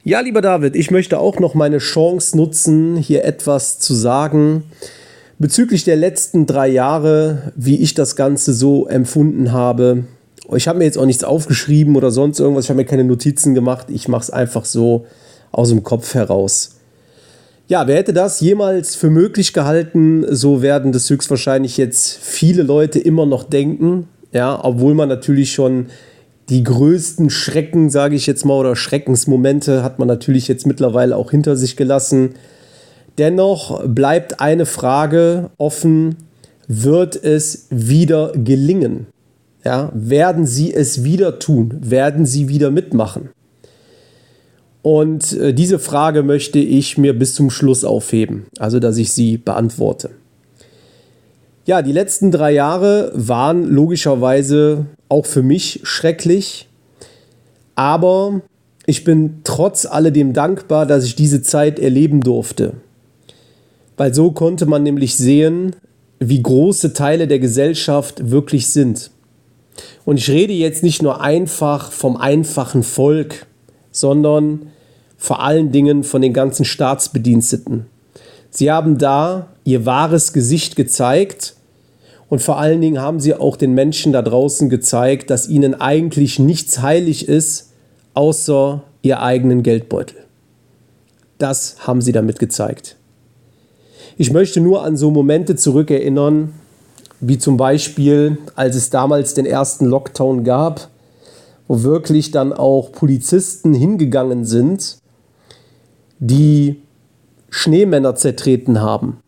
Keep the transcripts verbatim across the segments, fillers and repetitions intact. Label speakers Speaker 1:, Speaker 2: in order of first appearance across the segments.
Speaker 1: Ja, lieber David, ich möchte auch noch meine Chance nutzen, hier etwas zu sagen bezüglich der letzten drei Jahre, wie ich das Ganze so empfunden habe. Ich habe mir jetzt auch nichts aufgeschrieben oder sonst irgendwas, ich habe mir keine Notizen gemacht, ich mache es einfach so aus dem Kopf heraus. Ja, wer hätte das jemals für möglich gehalten? So werden das höchstwahrscheinlich jetzt viele Leute immer noch denken, ja, obwohl man natürlich schon die größten Schrecken, sage ich jetzt mal, oder Schreckensmomente hat man natürlich jetzt mittlerweile auch hinter sich gelassen. Dennoch bleibt eine Frage offen: Wird es wieder gelingen? Ja, werden sie es wieder tun? Werden sie wieder mitmachen? Und äh, diese Frage möchte ich mir bis zum Schluss aufheben, also dass ich sie beantworte. Ja, die letzten drei Jahre waren logischerweise auch für mich schrecklich, aber ich bin trotz alledem dankbar, dass ich diese Zeit erleben durfte, weil so konnte man nämlich sehen, wie große Teile der Gesellschaft wirklich sind. Und ich rede jetzt nicht nur einfach vom einfachen Volk, sondern vor allen Dingen von den ganzen Staatsbediensteten. Sie haben da ihr wahres Gesicht gezeigt und vor allen Dingen haben sie auch den Menschen da draußen gezeigt, dass ihnen eigentlich nichts heilig ist, außer ihr eigenen Geldbeutel. Das haben sie damit gezeigt. Ich möchte nur an so Momente zurückerinnern, wie zum Beispiel, als es damals den ersten Lockdown gab, wo wirklich dann auch Polizisten hingegangen sind, die Schneemänner zertreten haben,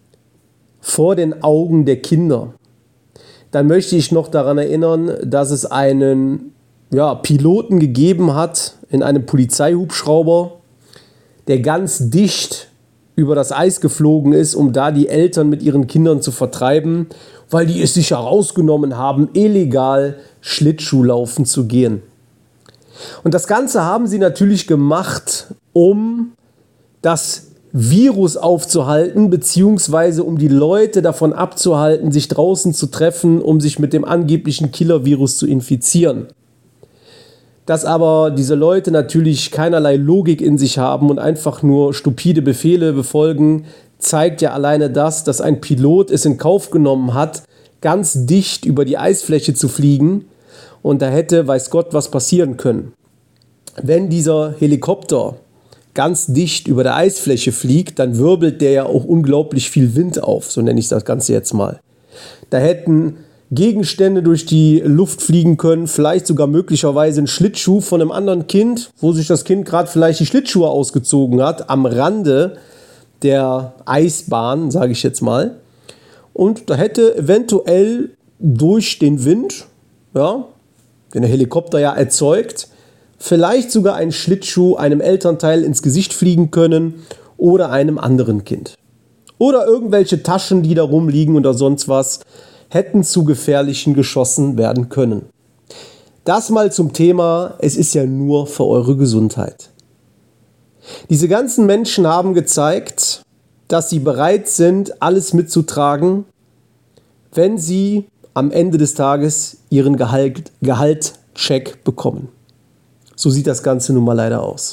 Speaker 1: vor den Augen der Kinder. Dann möchte ich noch daran erinnern, dass es einen ja, Piloten gegeben hat in einem Polizeihubschrauber, der ganz dicht über das Eis geflogen ist, um da die Eltern mit ihren Kindern zu vertreiben, weil die es sich herausgenommen haben, illegal Schlittschuhlaufen zu gehen. Und das Ganze haben sie natürlich gemacht, um das Virus aufzuhalten, beziehungsweise um die Leute davon abzuhalten, sich draußen zu treffen, um sich mit dem angeblichen Killer-Virus zu infizieren. Dass aber diese Leute natürlich keinerlei Logik in sich haben und einfach nur stupide Befehle befolgen, zeigt ja alleine das, dass ein Pilot es in Kauf genommen hat, ganz dicht über die Eisfläche zu fliegen, und da hätte, weiß Gott, was passieren können. Wenn dieser Helikopter ganz dicht über der Eisfläche fliegt, dann wirbelt der ja auch unglaublich viel Wind auf, so nenne ich das Ganze jetzt mal. Da hätten Gegenstände durch die Luft fliegen können, vielleicht sogar möglicherweise ein Schlittschuh von einem anderen Kind, wo sich das Kind gerade vielleicht die Schlittschuhe ausgezogen hat, am Rande der Eisbahn, sage ich jetzt mal. Und da hätte eventuell durch den Wind, ja, den der Helikopter ja erzeugt, vielleicht sogar ein Schlittschuh einem Elternteil ins Gesicht fliegen können oder einem anderen Kind. Oder irgendwelche Taschen, die da rumliegen oder sonst was, hätten zu gefährlichen geschossen werden können. Das mal zum Thema, es ist ja nur für eure Gesundheit. Diese ganzen Menschen haben gezeigt, dass sie bereit sind, alles mitzutragen, wenn sie am Ende des Tages ihren Gehalt, Gehaltscheck bekommen. So sieht das Ganze nun mal leider aus.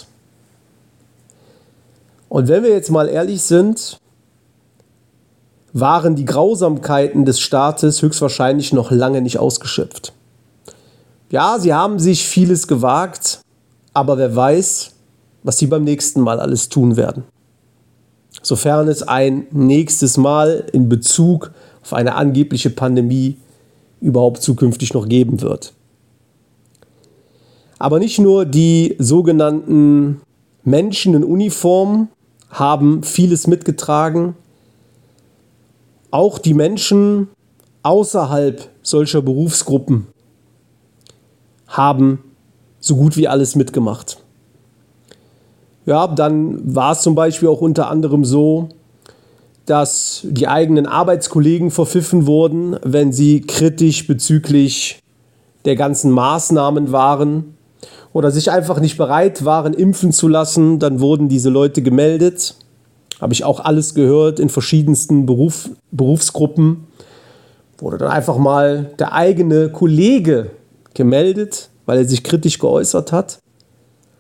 Speaker 1: Und wenn wir jetzt mal ehrlich sind, waren die Grausamkeiten des Staates höchstwahrscheinlich noch lange nicht ausgeschöpft. Ja, sie haben sich vieles gewagt, aber wer weiß, was sie beim nächsten Mal alles tun werden. Sofern es ein nächstes Mal in Bezug auf eine angebliche Pandemie überhaupt zukünftig noch geben wird. Aber nicht nur die sogenannten Menschen in Uniform haben vieles mitgetragen, auch die Menschen außerhalb solcher Berufsgruppen haben so gut wie alles mitgemacht. Ja, dann war es zum Beispiel auch unter anderem so, dass die eigenen Arbeitskollegen verpfiffen wurden, wenn sie kritisch bezüglich der ganzen Maßnahmen waren oder sich einfach nicht bereit waren, impfen zu lassen. Dann wurden diese Leute gemeldet. Habe ich auch alles gehört in verschiedensten Beruf, Berufsgruppen. Wurde dann einfach mal der eigene Kollege gemeldet, weil er sich kritisch geäußert hat.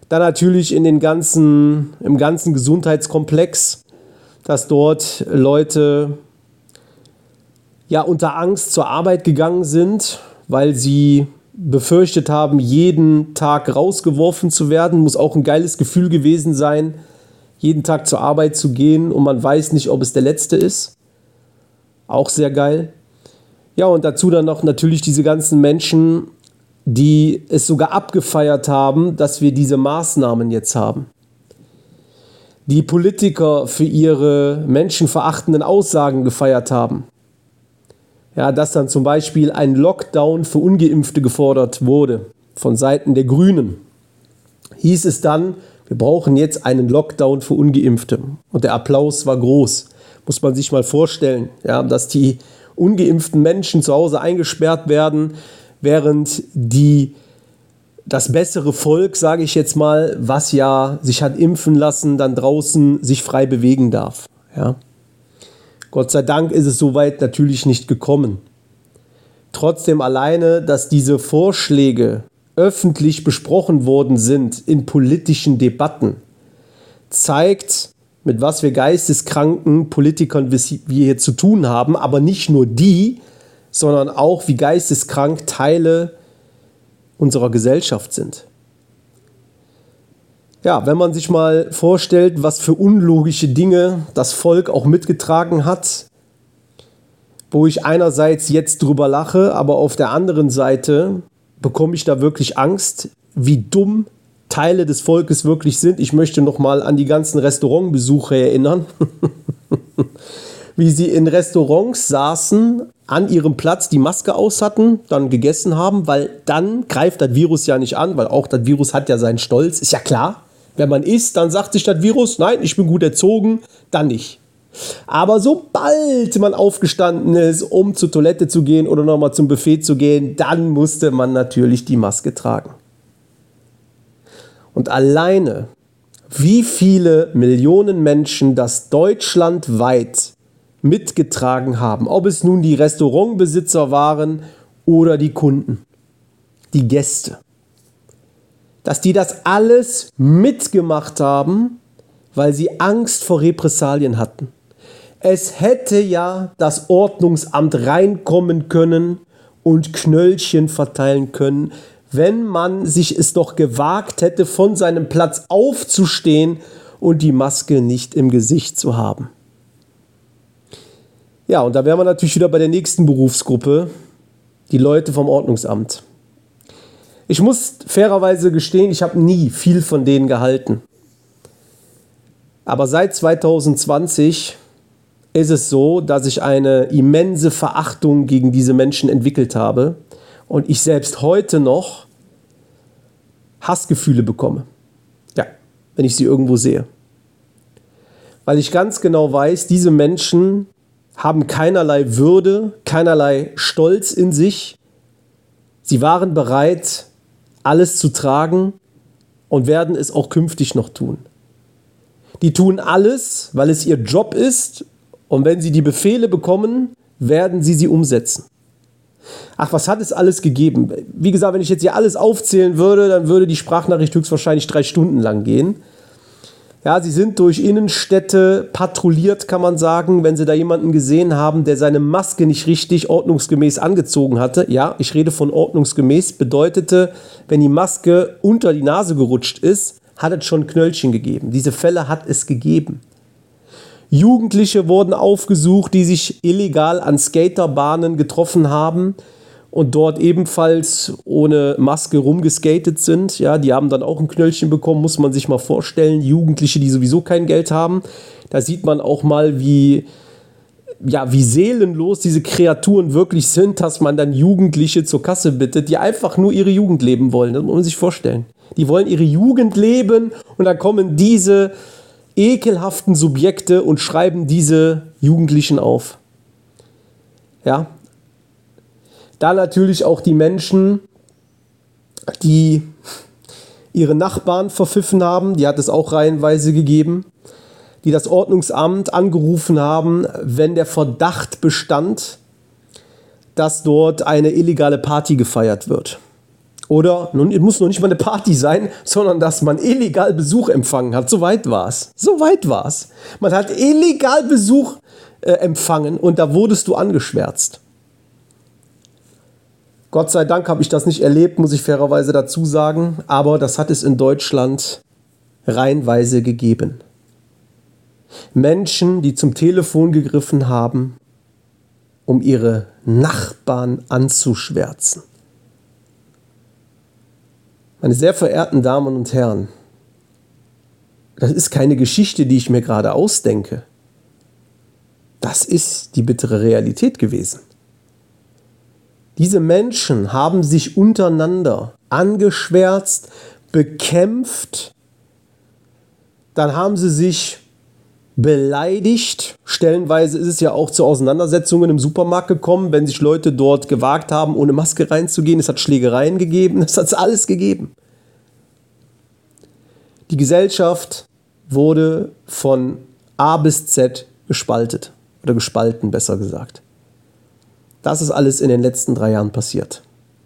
Speaker 1: Dann natürlich in den ganzen, im ganzen Gesundheitskomplex, dass dort Leute ja unter Angst zur Arbeit gegangen sind, weil sie befürchtet haben, jeden Tag rausgeworfen zu werden. Muss auch ein geiles Gefühl gewesen sein, jeden Tag zur Arbeit zu gehen und man weiß nicht, ob es der letzte ist. Auch sehr geil. Ja, und dazu dann noch natürlich diese ganzen Menschen, die es sogar abgefeiert haben, dass wir diese Maßnahmen jetzt haben. Die Politiker für ihre menschenverachtenden Aussagen gefeiert haben. Ja, dass dann zum Beispiel ein Lockdown für Ungeimpfte gefordert wurde von Seiten der Grünen. Hieß es dann, wir brauchen jetzt einen Lockdown für Ungeimpfte. Und der Applaus war groß. Muss man sich mal vorstellen, ja, dass die ungeimpften Menschen zu Hause eingesperrt werden, während die, das bessere Volk, sage ich jetzt mal, was ja sich hat impfen lassen, dann draußen sich frei bewegen darf. Ja. Gott sei Dank ist es soweit natürlich nicht gekommen. Trotzdem alleine, dass diese Vorschläge öffentlich besprochen worden sind in politischen Debatten, zeigt, mit was für geisteskranken Politikern wir hier zu tun haben, aber nicht nur die, sondern auch wie geisteskrank Teile unserer Gesellschaft sind. Ja, wenn man sich mal vorstellt, was für unlogische Dinge das Volk auch mitgetragen hat, wo ich einerseits jetzt drüber lache, aber auf der anderen Seite bekomme ich da wirklich Angst, wie dumm Teile des Volkes wirklich sind. Ich möchte noch mal an die ganzen Restaurantbesucher erinnern, wie sie in Restaurants saßen, an ihrem Platz die Maske aus hatten, dann gegessen haben, weil dann greift das Virus ja nicht an, weil auch das Virus hat ja seinen Stolz, ist ja klar. Wenn man isst, dann sagt sich das Virus, nein, ich bin gut erzogen, dann nicht. Aber sobald man aufgestanden ist, um zur Toilette zu gehen oder nochmal zum Buffet zu gehen, dann musste man natürlich die Maske tragen. Und alleine, wie viele Millionen Menschen das deutschlandweit mitgetragen haben, ob es nun die Restaurantbesitzer waren oder die Kunden, die Gäste, dass die das alles mitgemacht haben, weil sie Angst vor Repressalien hatten. Es hätte ja das Ordnungsamt reinkommen können und Knöllchen verteilen können, wenn man sich es doch gewagt hätte, von seinem Platz aufzustehen und die Maske nicht im Gesicht zu haben. Ja, und da wären wir natürlich wieder bei der nächsten Berufsgruppe, die Leute vom Ordnungsamt. Ich muss fairerweise gestehen, ich habe nie viel von denen gehalten. Aber seit zwanzig zwanzig ist es so, dass ich eine immense Verachtung gegen diese Menschen entwickelt habe und ich selbst heute noch Hassgefühle bekomme. Ja, wenn ich sie irgendwo sehe. Weil ich ganz genau weiß, diese Menschen haben keinerlei Würde, keinerlei Stolz in sich. Sie waren bereit, alles zu tragen und werden es auch künftig noch tun. Die tun alles, weil es ihr Job ist und wenn sie die Befehle bekommen, werden sie sie umsetzen. Ach, was hat es alles gegeben? Wie gesagt, wenn ich jetzt hier alles aufzählen würde, dann würde die Sprachnachricht höchstwahrscheinlich drei Stunden lang gehen. Ja, sie sind durch Innenstädte patrouilliert, kann man sagen, wenn sie da jemanden gesehen haben, der seine Maske nicht richtig ordnungsgemäß angezogen hatte. Ja, ich rede von ordnungsgemäß, bedeutete, wenn die Maske unter die Nase gerutscht ist, hat es schon Knöllchen gegeben. Diese Fälle hat es gegeben. Jugendliche wurden aufgesucht, die sich illegal an Skaterbahnen getroffen haben und dort ebenfalls ohne Maske rumgeskatet sind. Ja, die haben dann auch ein Knöllchen bekommen, muss man sich mal vorstellen. Jugendliche, die sowieso kein Geld haben. Da sieht man auch mal, wie, ja, wie seelenlos diese Kreaturen wirklich sind, dass man dann Jugendliche zur Kasse bittet, die einfach nur ihre Jugend leben wollen. Das muss man sich vorstellen. Die wollen ihre Jugend leben und dann kommen diese ekelhaften Subjekte und schreiben diese Jugendlichen auf. Ja. Dann natürlich auch die Menschen, die ihre Nachbarn verpfiffen haben, die hat es auch reihenweise gegeben, die das Ordnungsamt angerufen haben, wenn der Verdacht bestand, dass dort eine illegale Party gefeiert wird. Oder es muss noch nicht mal eine Party sein, sondern dass man illegal Besuch empfangen hat. So weit war es. So weit war es. Man hat illegal Besuch äh, empfangen und da wurdest du angeschwärzt. Gott sei Dank habe ich das nicht erlebt, muss ich fairerweise dazu sagen. Aber das hat es in Deutschland reihenweise gegeben. Menschen, die zum Telefon gegriffen haben, um ihre Nachbarn anzuschwärzen. Meine sehr verehrten Damen und Herren, das ist keine Geschichte, die ich mir gerade ausdenke. Das ist die bittere Realität gewesen. Diese Menschen haben sich untereinander angeschwärzt, bekämpft, dann haben sie sich beleidigt. Stellenweise ist es ja auch zu Auseinandersetzungen im Supermarkt gekommen, wenn sich Leute dort gewagt haben, ohne Maske reinzugehen. Es hat Schlägereien gegeben, es hat alles gegeben. Die Gesellschaft wurde von A bis Z gespaltet oder gespalten, besser gesagt. Das ist alles in den letzten drei Jahren passiert.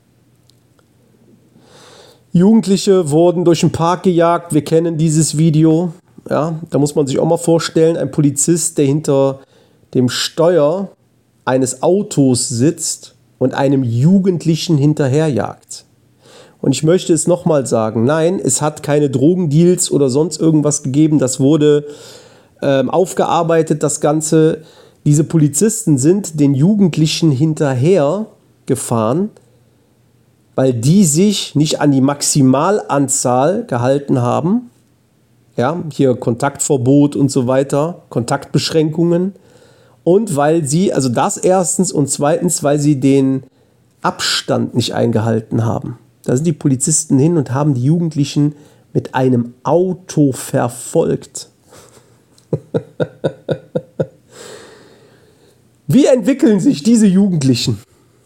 Speaker 1: Jugendliche wurden durch den Park gejagt. Wir kennen dieses Video. Ja, da muss man sich auch mal vorstellen, ein Polizist, der hinter dem Steuer eines Autos sitzt und einem Jugendlichen hinterherjagt. Und ich möchte es nochmal sagen, nein, es hat keine Drogendeals oder sonst irgendwas gegeben. Das wurde ähm, aufgearbeitet, das Ganze. Diese Polizisten sind den Jugendlichen hinterher gefahren, weil die sich nicht an die Maximalanzahl gehalten haben. Ja, hier Kontaktverbot und so weiter, Kontaktbeschränkungen. Und weil sie, also das erstens und zweitens, weil sie den Abstand nicht eingehalten haben. Da sind die Polizisten hin und haben die Jugendlichen mit einem Auto verfolgt. Wie entwickeln sich diese Jugendlichen?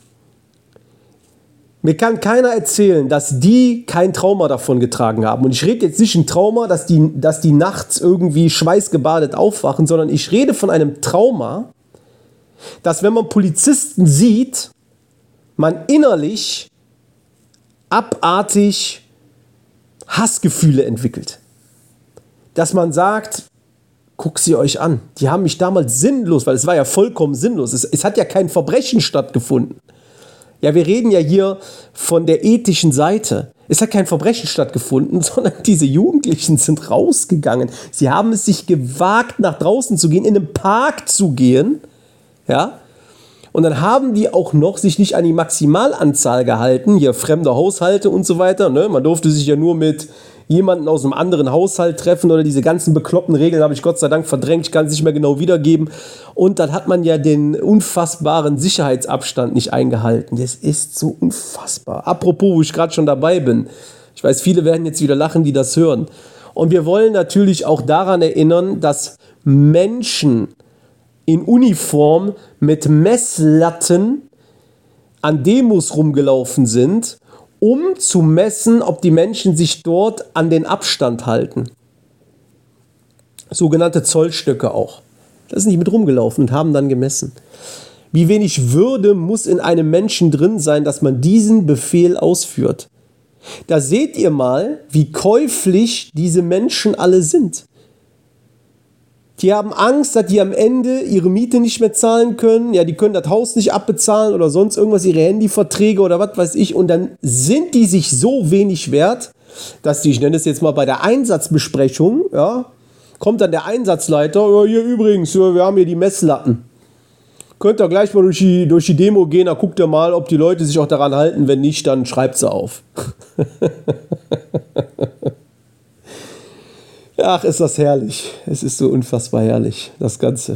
Speaker 1: Mir kann keiner erzählen, dass die kein Trauma davon getragen haben. Und ich rede jetzt nicht ein Trauma, dass die, dass die nachts irgendwie schweißgebadet aufwachen, sondern ich rede von einem Trauma, dass wenn man Polizisten sieht, man innerlich abartig Hassgefühle entwickelt. Dass man sagt, guck sie euch an, die haben mich damals sinnlos, weil es war ja vollkommen sinnlos, es, es hat ja kein Verbrechen stattgefunden. Ja, wir reden ja hier von der ethischen Seite. Es hat kein Verbrechen stattgefunden, sondern diese Jugendlichen sind rausgegangen. Sie haben es sich gewagt, nach draußen zu gehen, in den Park zu gehen. Ja? Und dann haben die auch noch sich nicht an die Maximalanzahl gehalten, hier fremde Haushalte und so weiter. Ne? Man durfte sich ja nur mit jemanden aus einem anderen Haushalt treffen oder diese ganzen bekloppten Regeln habe ich Gott sei Dank verdrängt, ich kann es nicht mehr genau wiedergeben. Und dann hat man ja den unfassbaren Sicherheitsabstand nicht eingehalten. Das ist so unfassbar. Apropos, wo ich gerade schon dabei bin. Ich weiß, viele werden jetzt wieder lachen, die das hören. Und wir wollen natürlich auch daran erinnern, dass Menschen in Uniform mit Messlatten an Demos rumgelaufen sind, um zu messen, ob die Menschen sich dort an den Abstand halten. Sogenannte Zollstöcke auch. Da sind die mit rumgelaufen und haben dann gemessen. Wie wenig Würde muss in einem Menschen drin sein, dass man diesen Befehl ausführt. Da seht ihr mal, wie käuflich diese Menschen alle sind. Die haben Angst, dass die am Ende ihre Miete nicht mehr zahlen können. Ja, die können das Haus nicht abbezahlen oder sonst irgendwas, ihre Handyverträge oder was weiß ich. Und dann sind die sich so wenig wert, dass die, ich nenne es jetzt mal bei der Einsatzbesprechung, ja, kommt dann der Einsatzleiter, ja, hier übrigens, ja, wir haben hier die Messlatten. Könnt ihr gleich mal durch die, durch die Demo gehen, da guckt ihr mal, ob die Leute sich auch daran halten. Wenn nicht, dann schreibt sie auf. Ach, ist das herrlich. Es ist so unfassbar herrlich, das Ganze.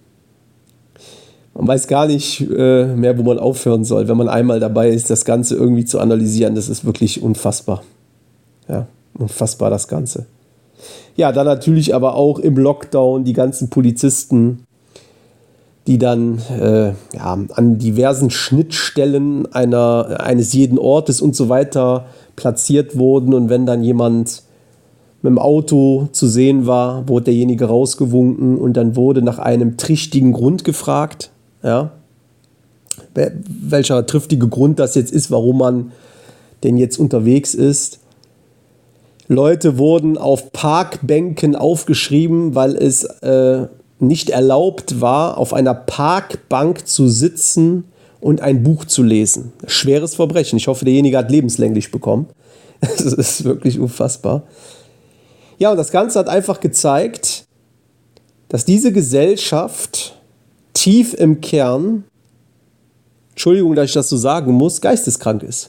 Speaker 1: Man weiß gar nicht äh, mehr, wo man aufhören soll, wenn man einmal dabei ist, das Ganze irgendwie zu analysieren. Das ist wirklich unfassbar. Ja, unfassbar das Ganze. Ja, dann natürlich aber auch im Lockdown die ganzen Polizisten, die dann äh, ja, an diversen Schnittstellen einer, eines jeden Ortes und so weiter platziert wurden. Und wenn dann jemand mit dem Auto zu sehen war, wurde derjenige rausgewunken und dann wurde nach einem triftigen Grund gefragt. Ja? Welcher triftige Grund das jetzt ist, warum man denn jetzt unterwegs ist. Leute wurden auf Parkbänken aufgeschrieben, weil es äh, nicht erlaubt war, auf einer Parkbank zu sitzen und ein Buch zu lesen. Schweres Verbrechen. Ich hoffe, derjenige hat lebenslänglich bekommen. Das ist wirklich unfassbar. Ja, und das Ganze hat einfach gezeigt, dass diese Gesellschaft tief im Kern, Entschuldigung, dass ich das so sagen muss, geisteskrank ist.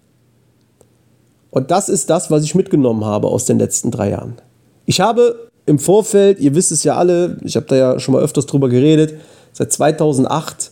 Speaker 1: Und das ist das, was ich mitgenommen habe aus den letzten drei Jahren. Ich habe im Vorfeld, ihr wisst es ja alle, ich habe da ja schon mal öfters drüber geredet, seit zweitausendacht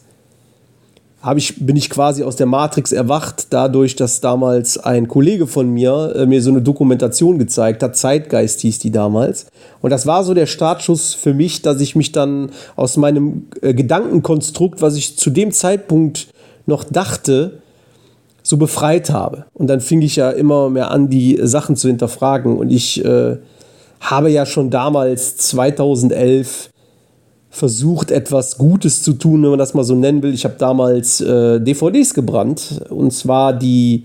Speaker 1: habe ich, bin ich quasi aus der Matrix erwacht, dadurch, dass damals ein Kollege von mir äh, mir so eine Dokumentation gezeigt hat, Zeitgeist hieß die damals. Und das war so der Startschuss für mich, dass ich mich dann aus meinem äh, Gedankenkonstrukt, was ich zu dem Zeitpunkt noch dachte, so befreit habe. Und dann fing ich ja immer mehr an, die Sachen zu hinterfragen. Und ich äh, habe ja schon damals zweitausendelf versucht, etwas Gutes zu tun, wenn man das mal so nennen will. Ich habe damals äh, D V Ds gebrannt, und zwar die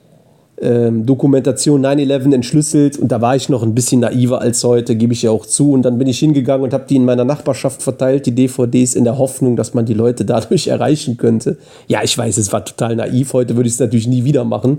Speaker 1: ähm, Dokumentation neun elf entschlüsselt, und da war ich noch ein bisschen naiver als heute, gebe ich ja auch zu, und dann bin ich hingegangen und habe die in meiner Nachbarschaft verteilt, die D V Ds, in der Hoffnung, dass man die Leute dadurch erreichen könnte. Ja, ich weiß, es war total naiv, heute würde ich es natürlich nie wieder machen.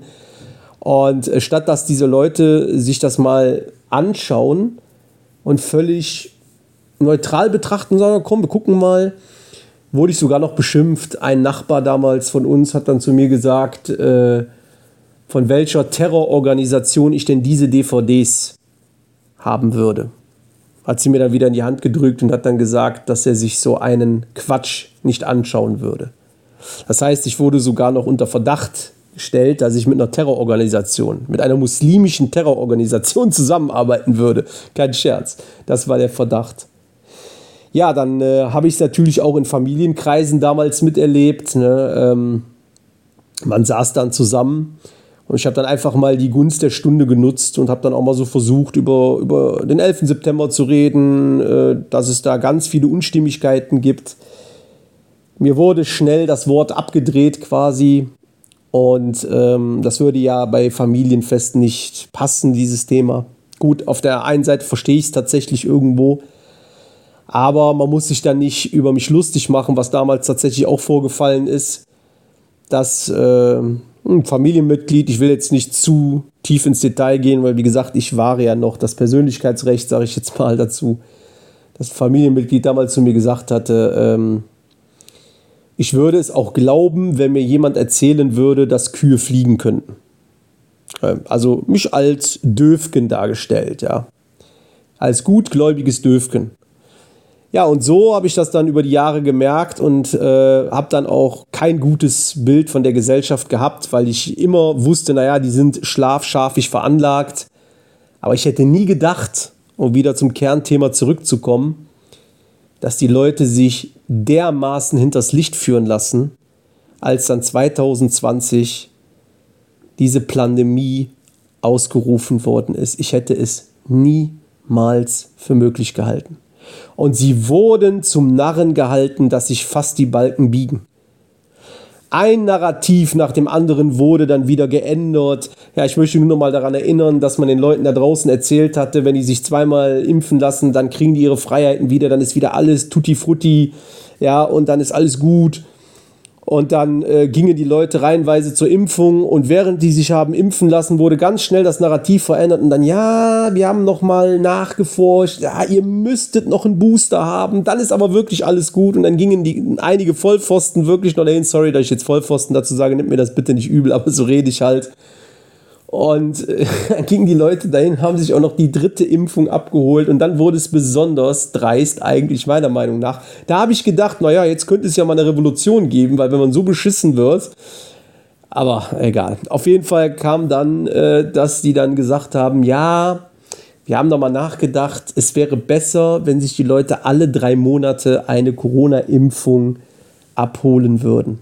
Speaker 1: Und äh, statt dass diese Leute sich das mal anschauen und völlig neutral betrachten und sagen, komm, wir gucken mal, wurde ich sogar noch beschimpft. Ein Nachbar damals von uns hat dann zu mir gesagt, äh, von welcher Terrororganisation ich denn diese D V Ds haben würde. Hat sie mir dann wieder in die Hand gedrückt und hat dann gesagt, dass er sich so einen Quatsch nicht anschauen würde. Das heißt, ich wurde sogar noch unter Verdacht gestellt, dass ich mit einer Terrororganisation, mit einer muslimischen Terrororganisation zusammenarbeiten würde. Kein Scherz. Das war der Verdacht. Ja, dann äh, habe ich es natürlich auch in Familienkreisen damals miterlebt. Ne? Ähm, man saß dann zusammen und ich habe dann einfach mal die Gunst der Stunde genutzt und habe dann auch mal so versucht, über, über den elften September zu reden, äh, dass es da ganz viele Unstimmigkeiten gibt. Mir wurde schnell das Wort abgedreht quasi, und ähm, das würde ja bei Familienfesten nicht passen, dieses Thema. Gut, auf der einen Seite verstehe ich es tatsächlich irgendwo, aber man muss sich dann nicht über mich lustig machen, was damals tatsächlich auch vorgefallen ist, dass äh, ein Familienmitglied, ich will jetzt nicht zu tief ins Detail gehen, weil wie gesagt, ich wahre ja noch das Persönlichkeitsrecht, sage ich jetzt mal dazu, dass ein Familienmitglied damals zu mir gesagt hatte, ähm, ich würde es auch glauben, wenn mir jemand erzählen würde, dass Kühe fliegen könnten. Ähm, also mich als Döfken dargestellt, ja. Als gutgläubiges Döfken. Ja, und so habe ich das dann über die Jahre gemerkt und äh, habe dann auch kein gutes Bild von der Gesellschaft gehabt, weil ich immer wusste, naja, die sind schlafscharfig veranlagt. Aber ich hätte nie gedacht, um wieder zum Kernthema zurückzukommen, dass die Leute sich dermaßen hinters Licht führen lassen, als dann zwanzig zwanzig diese Pandemie ausgerufen worden ist. Ich hätte es niemals für möglich gehalten. Und sie wurden zum Narren gehalten, dass sich fast die Balken biegen. Ein Narrativ nach dem anderen wurde dann wieder geändert. Ja, ich möchte nur noch mal daran erinnern, dass man den Leuten da draußen erzählt hatte, wenn die sich zweimal impfen lassen, dann kriegen die ihre Freiheiten wieder, dann ist wieder alles tutti frutti, ja, und dann ist alles gut. Und dann äh, gingen die Leute reihenweise zur Impfung, und während die sich haben impfen lassen, wurde ganz schnell das Narrativ verändert und dann, ja, wir haben noch mal nachgeforscht, ja, ihr müsstet noch einen Booster haben, dann ist aber wirklich alles gut, und dann gingen die, einige Vollpfosten wirklich noch dahin, sorry, dass ich jetzt Vollpfosten dazu sage, nimmt mir das bitte nicht übel, aber so rede ich halt. Und äh, dann gingen die Leute dahin, haben sich auch noch die dritte Impfung abgeholt, und dann wurde es besonders dreist, eigentlich meiner Meinung nach. Da habe ich gedacht, naja, jetzt könnte es ja mal eine Revolution geben, weil wenn man so beschissen wird, aber egal. Auf jeden Fall kam dann, äh, dass die dann gesagt haben, ja, wir haben nochmal nachgedacht, es wäre besser, wenn sich die Leute alle drei Monate eine Corona-Impfung abholen würden.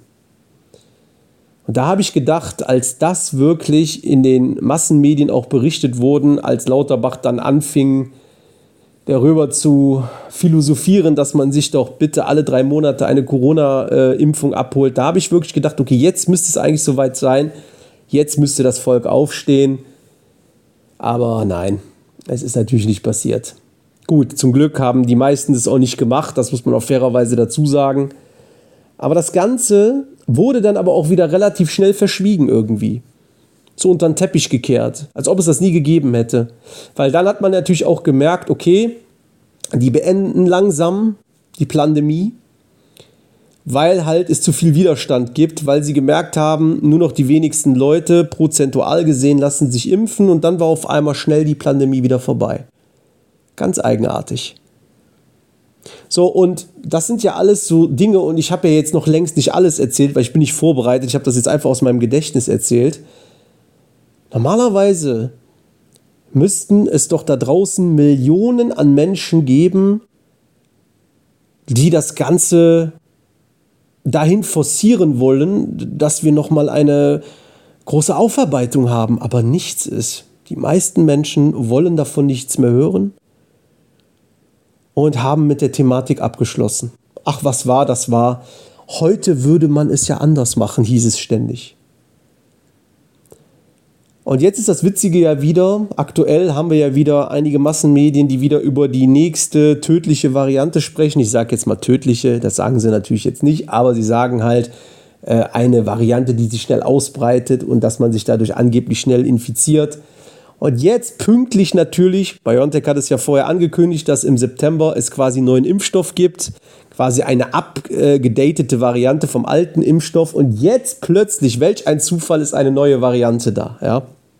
Speaker 1: Und da habe ich gedacht, als das wirklich in den Massenmedien auch berichtet wurden, als Lauterbach dann anfing, darüber zu philosophieren, dass man sich doch bitte alle drei Monate eine Corona-Impfung abholt, da habe ich wirklich gedacht, okay, jetzt müsste es eigentlich soweit sein. jetzt müsste das Volk aufstehen. Aber nein, es ist natürlich nicht passiert. Gut, zum Glück haben die meisten das auch nicht gemacht, das muss man auch fairerweise dazu sagen. Aber das Ganze wurde dann aber auch wieder relativ schnell verschwiegen irgendwie. So unter den Teppich gekehrt, als ob es das nie gegeben hätte. Weil dann hat man natürlich auch gemerkt, okay, die beenden langsam die Pandemie, weil halt es zu viel Widerstand gibt, weil sie gemerkt haben, nur noch die wenigsten Leute prozentual gesehen lassen sich impfen und dann war auf einmal schnell die Pandemie wieder vorbei. Ganz eigenartig. So, und das sind ja alles so Dinge und ich habe ja jetzt noch längst nicht alles erzählt, weil ich bin nicht vorbereitet, ich habe das jetzt einfach aus meinem Gedächtnis erzählt. Normalerweise müssten es doch da draußen Millionen an Menschen geben, die das Ganze dahin forcieren wollen, dass wir nochmal eine große Aufarbeitung haben, aber nichts ist. Die meisten Menschen wollen davon nichts mehr hören und haben mit der Thematik abgeschlossen. Ach, was war, das war. Heute würde man es ja anders machen, hieß es ständig. Und jetzt ist das Witzige ja wieder, aktuell haben wir ja wieder einige Massenmedien, die wieder über die nächste tödliche Variante sprechen. Ich sage jetzt mal tödliche, das sagen sie natürlich jetzt nicht, aber sie sagen halt äh, eine Variante, die sich schnell ausbreitet und dass man sich dadurch angeblich schnell infiziert. Und jetzt pünktlich natürlich, BioNTech hat es ja vorher angekündigt, dass im September es quasi einen neuen Impfstoff gibt, quasi eine abgedatete Variante vom alten Impfstoff und jetzt plötzlich, welch ein Zufall, ist eine neue Variante da, ja.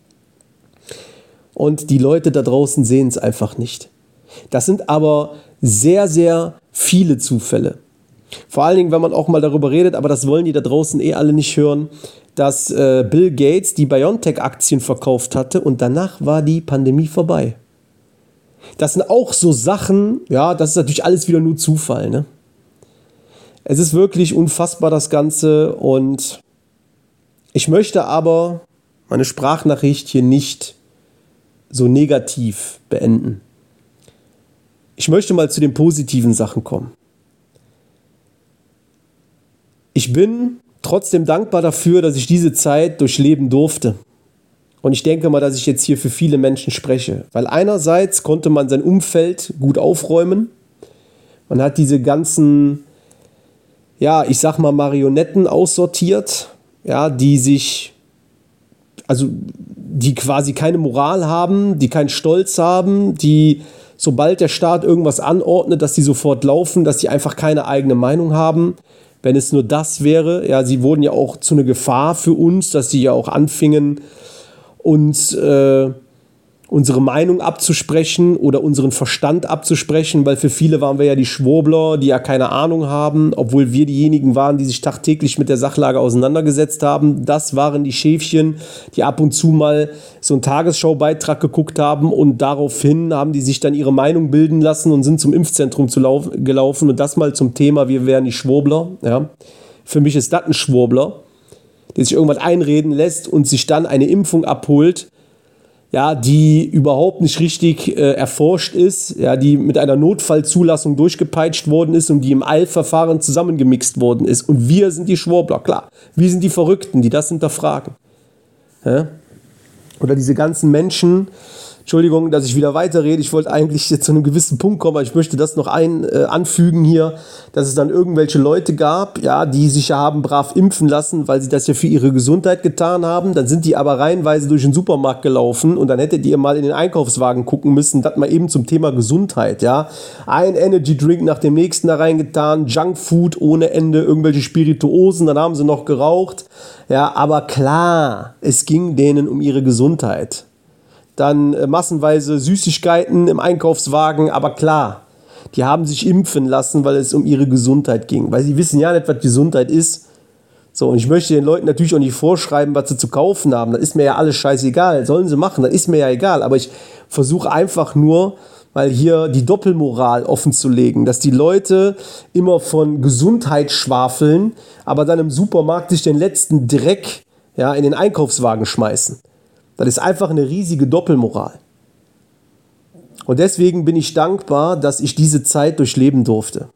Speaker 1: Und die Leute da draußen sehen es einfach nicht. Das sind aber sehr, sehr viele Zufälle. Vor allen Dingen, wenn man auch mal darüber redet, aber das wollen die da draußen eh alle nicht hören, dass äh, Bill Gates die BioNTech-Aktien verkauft hatte und danach war die Pandemie vorbei. Das sind auch so Sachen, ja, das ist natürlich alles wieder nur Zufall, ne? Es ist wirklich unfassbar, das Ganze, und ich möchte aber meine Sprachnachricht hier nicht so negativ beenden. Ich möchte mal zu den positiven Sachen kommen. Ich bin trotzdem dankbar dafür, dass ich diese Zeit durchleben durfte. Und ich denke mal, dass ich jetzt hier für viele Menschen spreche. Weil einerseits konnte man sein Umfeld gut aufräumen. Man hat diese ganzen, ja, ich sag mal Marionetten aussortiert, ja, die sich, also die quasi keine Moral haben, die keinen Stolz haben, die, sobald der Staat irgendwas anordnet, dass die sofort laufen, dass die einfach keine eigene Meinung haben. Wenn es nur das wäre, ja, sie wurden ja auch zu einer Gefahr für uns, dass sie ja auch anfingen, uns äh, unsere Meinung abzusprechen oder unseren Verstand abzusprechen, weil für viele waren wir ja die Schwurbler, die ja keine Ahnung haben, obwohl wir diejenigen waren, die sich tagtäglich mit der Sachlage auseinandergesetzt haben. Das waren die Schäfchen, die ab und zu mal so einen Tagesschaubeitrag geguckt haben und daraufhin haben die sich dann ihre Meinung bilden lassen und sind zum Impfzentrum zu lauf- gelaufen und das mal zum Thema, wir wären die Schwurbler. Ja. Für mich ist das ein Schwurbler, der sich irgendwas einreden lässt und sich dann eine Impfung abholt, ja, die überhaupt nicht richtig äh, erforscht ist, ja, die mit einer Notfallzulassung durchgepeitscht worden ist und die im Eilverfahren zusammengemixt worden ist. Und wir sind die Schwurbler, klar. Wir sind die Verrückten, die das hinterfragen. Ja? Oder diese ganzen Menschen, Entschuldigung, dass ich wieder weiterrede, ich wollte eigentlich jetzt zu einem gewissen Punkt kommen, aber ich möchte das noch ein, äh, anfügen hier, dass es dann irgendwelche Leute gab, ja, die sich ja haben brav impfen lassen, weil sie das ja für ihre Gesundheit getan haben, dann sind die aber reihenweise durch den Supermarkt gelaufen und dann hättet ihr mal in den Einkaufswagen gucken müssen, das mal eben zum Thema Gesundheit, ja, ein Energy Drink nach dem nächsten da reingetan, Junkfood ohne Ende, irgendwelche Spirituosen, dann haben sie noch geraucht, ja, aber klar, es ging denen um ihre Gesundheit. Dann äh, massenweise Süßigkeiten im Einkaufswagen, aber klar, die haben sich impfen lassen, weil es um ihre Gesundheit ging, weil sie wissen ja nicht, was Gesundheit ist. So, und ich möchte den Leuten natürlich auch nicht vorschreiben, was sie zu kaufen haben, das ist mir ja alles scheißegal, sollen sie machen, das ist mir ja egal, aber ich versuche einfach nur, mal hier die Doppelmoral offen zu legen, dass die Leute immer von Gesundheit schwafeln, aber dann im Supermarkt sich den letzten Dreck, ja, in den Einkaufswagen schmeißen. Das ist einfach eine riesige Doppelmoral. Und deswegen bin ich dankbar, dass ich diese Zeit durchleben durfte.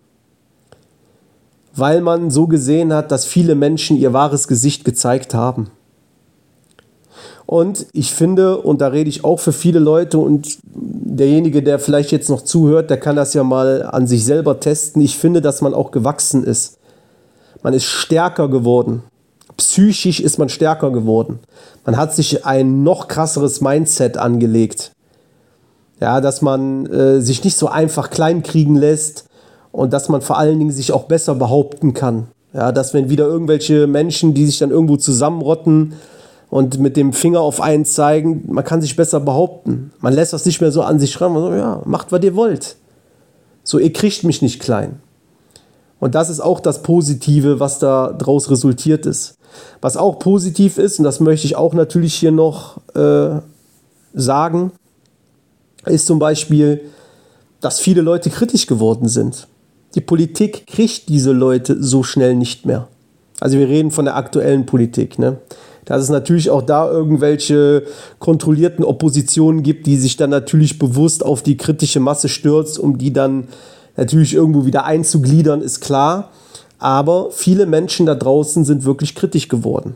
Speaker 1: Weil man so gesehen hat, dass viele Menschen ihr wahres Gesicht gezeigt haben. Und ich finde, und da rede ich auch für viele Leute, und derjenige, der vielleicht jetzt noch zuhört, der kann das ja mal an sich selber testen. Ich finde, dass man auch gewachsen ist. Man ist stärker geworden. Psychisch ist man stärker geworden. Man hat sich ein noch krasseres Mindset angelegt. Ja, dass man äh, sich nicht so einfach kleinkriegen lässt und dass man vor allen Dingen sich auch besser behaupten kann. Ja, dass wenn wieder irgendwelche Menschen, die sich dann irgendwo zusammenrotten und mit dem Finger auf einen zeigen, man kann sich besser behaupten. Man lässt das nicht mehr so an sich ran. Man sagt, ja, macht, was ihr wollt. So, ihr kriegt mich nicht klein. Und das ist auch das Positive, was da draus resultiert ist. Was auch positiv ist, und das möchte ich auch natürlich hier noch äh, sagen, ist zum Beispiel, dass viele Leute kritisch geworden sind. Die Politik kriegt diese Leute so schnell nicht mehr. Also wir reden von der aktuellen Politik, ne? Dass es natürlich auch da irgendwelche kontrollierten Oppositionen gibt, die sich dann natürlich bewusst auf die kritische Masse stürzt, um die dann natürlich irgendwo wieder einzugliedern, ist klar. Aber viele Menschen da draußen sind wirklich kritisch geworden.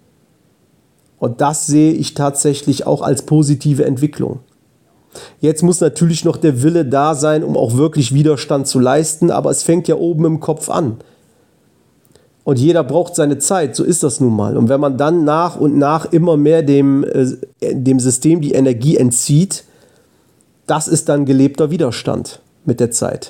Speaker 1: Und das sehe ich tatsächlich auch als positive Entwicklung. Jetzt muss natürlich noch der Wille da sein, um auch wirklich Widerstand zu leisten, aber es fängt ja oben im Kopf an. Und jeder braucht seine Zeit, so ist das nun mal. Und wenn man dann nach und nach immer mehr dem, äh, dem System die Energie entzieht, das ist dann gelebter Widerstand mit der Zeit.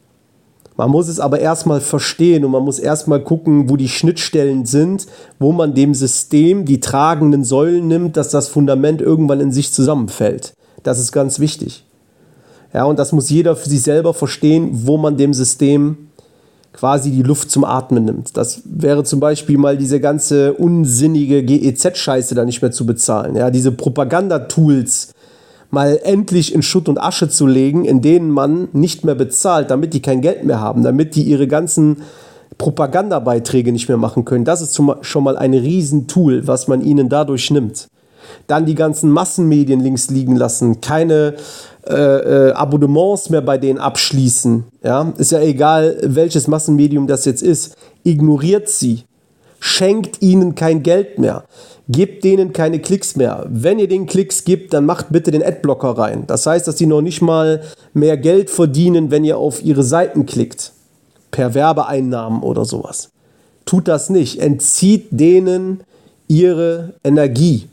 Speaker 1: Man muss es aber erstmal verstehen und man muss erstmal gucken, wo die Schnittstellen sind, wo man dem System die tragenden Säulen nimmt, dass das Fundament irgendwann in sich zusammenfällt. Das ist ganz wichtig. Ja, und das muss jeder für sich selber verstehen, wo man dem System quasi die Luft zum Atmen nimmt. Das wäre zum Beispiel mal diese ganze unsinnige G E Z-Scheiße da nicht mehr zu bezahlen. Ja, diese Propaganda-Tools mal endlich in Schutt und Asche zu legen, in denen man nicht mehr bezahlt, damit die kein Geld mehr haben, damit die ihre ganzen Propagandabeiträge nicht mehr machen können. Das ist schon mal ein Riesentool, was man ihnen dadurch nimmt. Dann die ganzen Massenmedien links liegen lassen, keine äh, äh, Abonnements mehr bei denen abschließen. Ja? Ist ja egal, welches Massenmedium das jetzt ist. Ignoriert sie. Schenkt ihnen kein Geld mehr. Gebt denen keine Klicks mehr. Wenn ihr den Klicks gibt, dann macht bitte den Adblocker rein. Das heißt, dass sie noch nicht mal mehr Geld verdienen, wenn ihr auf ihre Seiten klickt. Per Werbeeinnahmen oder sowas. Tut das nicht. Entzieht denen ihre Energie.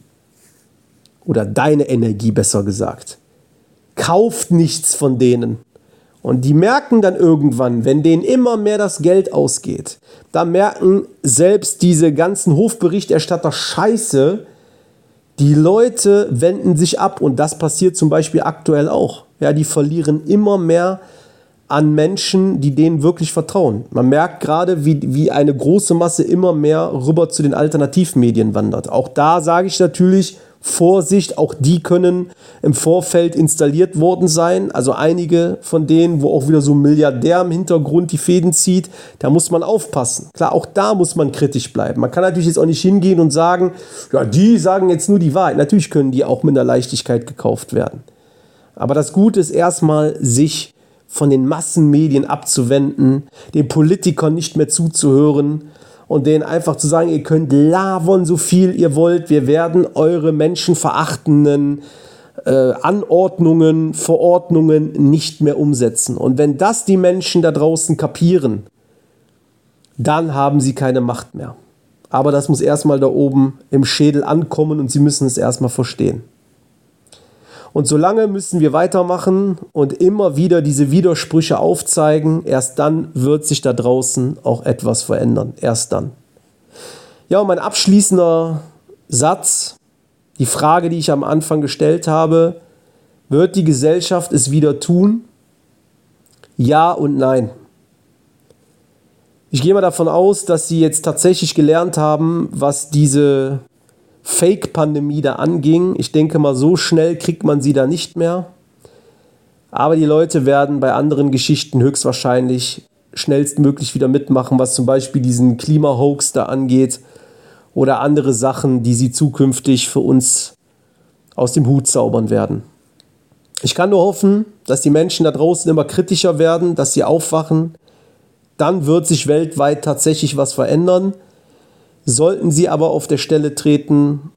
Speaker 1: Oder deine Energie, besser gesagt. Kauft nichts von denen. Und die merken dann irgendwann, wenn denen immer mehr das Geld ausgeht, da merken selbst diese ganzen Hofberichterstatter Scheiße, die Leute wenden sich ab. Und das passiert zum Beispiel aktuell auch. Ja, die verlieren immer mehr an Menschen, die denen wirklich vertrauen. Man merkt gerade, wie, wie eine große Masse immer mehr rüber zu den Alternativmedien wandert. Auch da sage ich natürlich, Vorsicht, auch die können im Vorfeld installiert worden sein. Also einige von denen, wo auch wieder so ein Milliardär im Hintergrund die Fäden zieht, da muss man aufpassen. Klar, auch da muss man kritisch bleiben. Man kann natürlich jetzt auch nicht hingehen und sagen, ja, die sagen jetzt nur die Wahrheit. Natürlich können die auch mit einer Leichtigkeit gekauft werden. Aber das Gute ist erstmal, sich von den Massenmedien abzuwenden, den Politikern nicht mehr zuzuhören, und denen einfach zu sagen, ihr könnt labern, so viel ihr wollt. Wir werden eure menschenverachtenden äh, Anordnungen, Verordnungen nicht mehr umsetzen. Und wenn das die Menschen da draußen kapieren, dann haben sie keine Macht mehr. Aber das muss erstmal da oben im Schädel ankommen und sie müssen es erstmal verstehen. Und solange müssen wir weitermachen und immer wieder diese Widersprüche aufzeigen. Erst dann wird sich da draußen auch etwas verändern. Erst dann. Ja, und mein abschließender Satz, die Frage, die ich am Anfang gestellt habe, wird die Gesellschaft es wieder tun? Ja und nein. Ich gehe mal davon aus, dass Sie jetzt tatsächlich gelernt haben, was diese Fake-Pandemie da anging. Ich denke mal, so schnell kriegt man sie da nicht mehr. Aber die Leute werden bei anderen Geschichten höchstwahrscheinlich schnellstmöglich wieder mitmachen, was zum Beispiel diesen Klima-Hoax da angeht oder andere Sachen, die sie zukünftig für uns aus dem Hut zaubern werden. Ich kann nur hoffen, dass die Menschen da draußen immer kritischer werden, dass sie aufwachen. Dann wird sich weltweit tatsächlich was verändern. Sollten sie aber auf der Stelle treten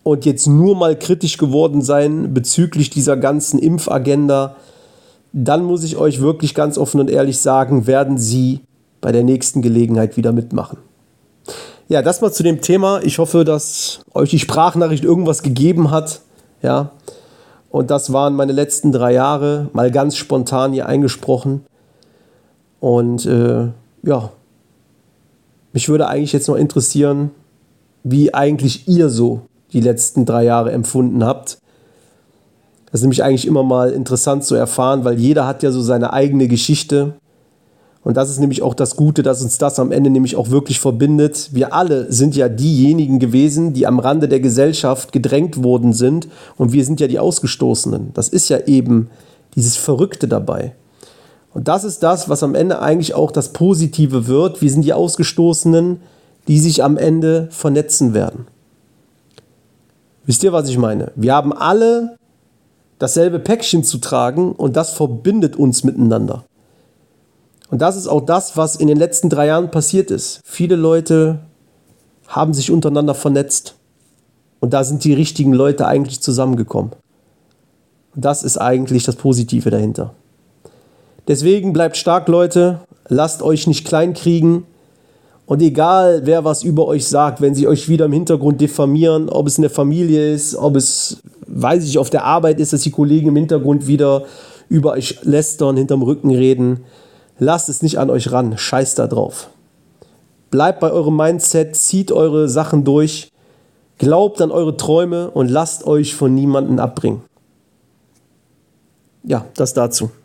Speaker 1: und jetzt nur mal kritisch geworden sein bezüglich dieser ganzen Impfagenda, dann muss ich euch wirklich ganz offen und ehrlich sagen, werden sie bei der nächsten Gelegenheit wieder mitmachen. Ja, das mal zu dem Thema. Ich hoffe, dass euch die Sprachnachricht irgendwas gegeben hat. Ja, und das waren meine letzten drei Jahre, mal ganz spontan hier eingesprochen. Und äh, ja, mich würde eigentlich jetzt noch interessieren, wie eigentlich ihr so die letzten drei Jahre empfunden habt. Das ist nämlich eigentlich immer mal interessant zu erfahren, weil jeder hat ja so seine eigene Geschichte. Und das ist nämlich auch das Gute, dass uns das am Ende nämlich auch wirklich verbindet. Wir alle sind ja diejenigen gewesen, die am Rande der Gesellschaft gedrängt worden sind. Und wir sind ja die Ausgestoßenen. Das ist ja eben dieses Verrückte dabei. Und das ist das, was am Ende eigentlich auch das Positive wird. Wir sind die Ausgestoßenen, die sich am Ende vernetzen werden. Wisst ihr, was ich meine? Wir haben alle dasselbe Päckchen zu tragen und das verbindet uns miteinander. Und das ist auch das, was in den letzten drei Jahren passiert ist. Viele Leute haben sich untereinander vernetzt. Und da sind die richtigen Leute eigentlich zusammengekommen. Und das ist eigentlich das Positive dahinter. Deswegen bleibt stark, Leute. Lasst euch nicht kleinkriegen. Und egal, wer was über euch sagt, wenn sie euch wieder im Hintergrund diffamieren, ob es in der Familie ist, ob es, weiß ich, auf der Arbeit ist, dass die Kollegen im Hintergrund wieder über euch lästern, hinterm Rücken reden, lasst es nicht an euch ran, scheißt da drauf. Bleibt bei eurem Mindset, zieht eure Sachen durch, glaubt an eure Träume und lasst euch von niemandem abbringen. Ja, das dazu.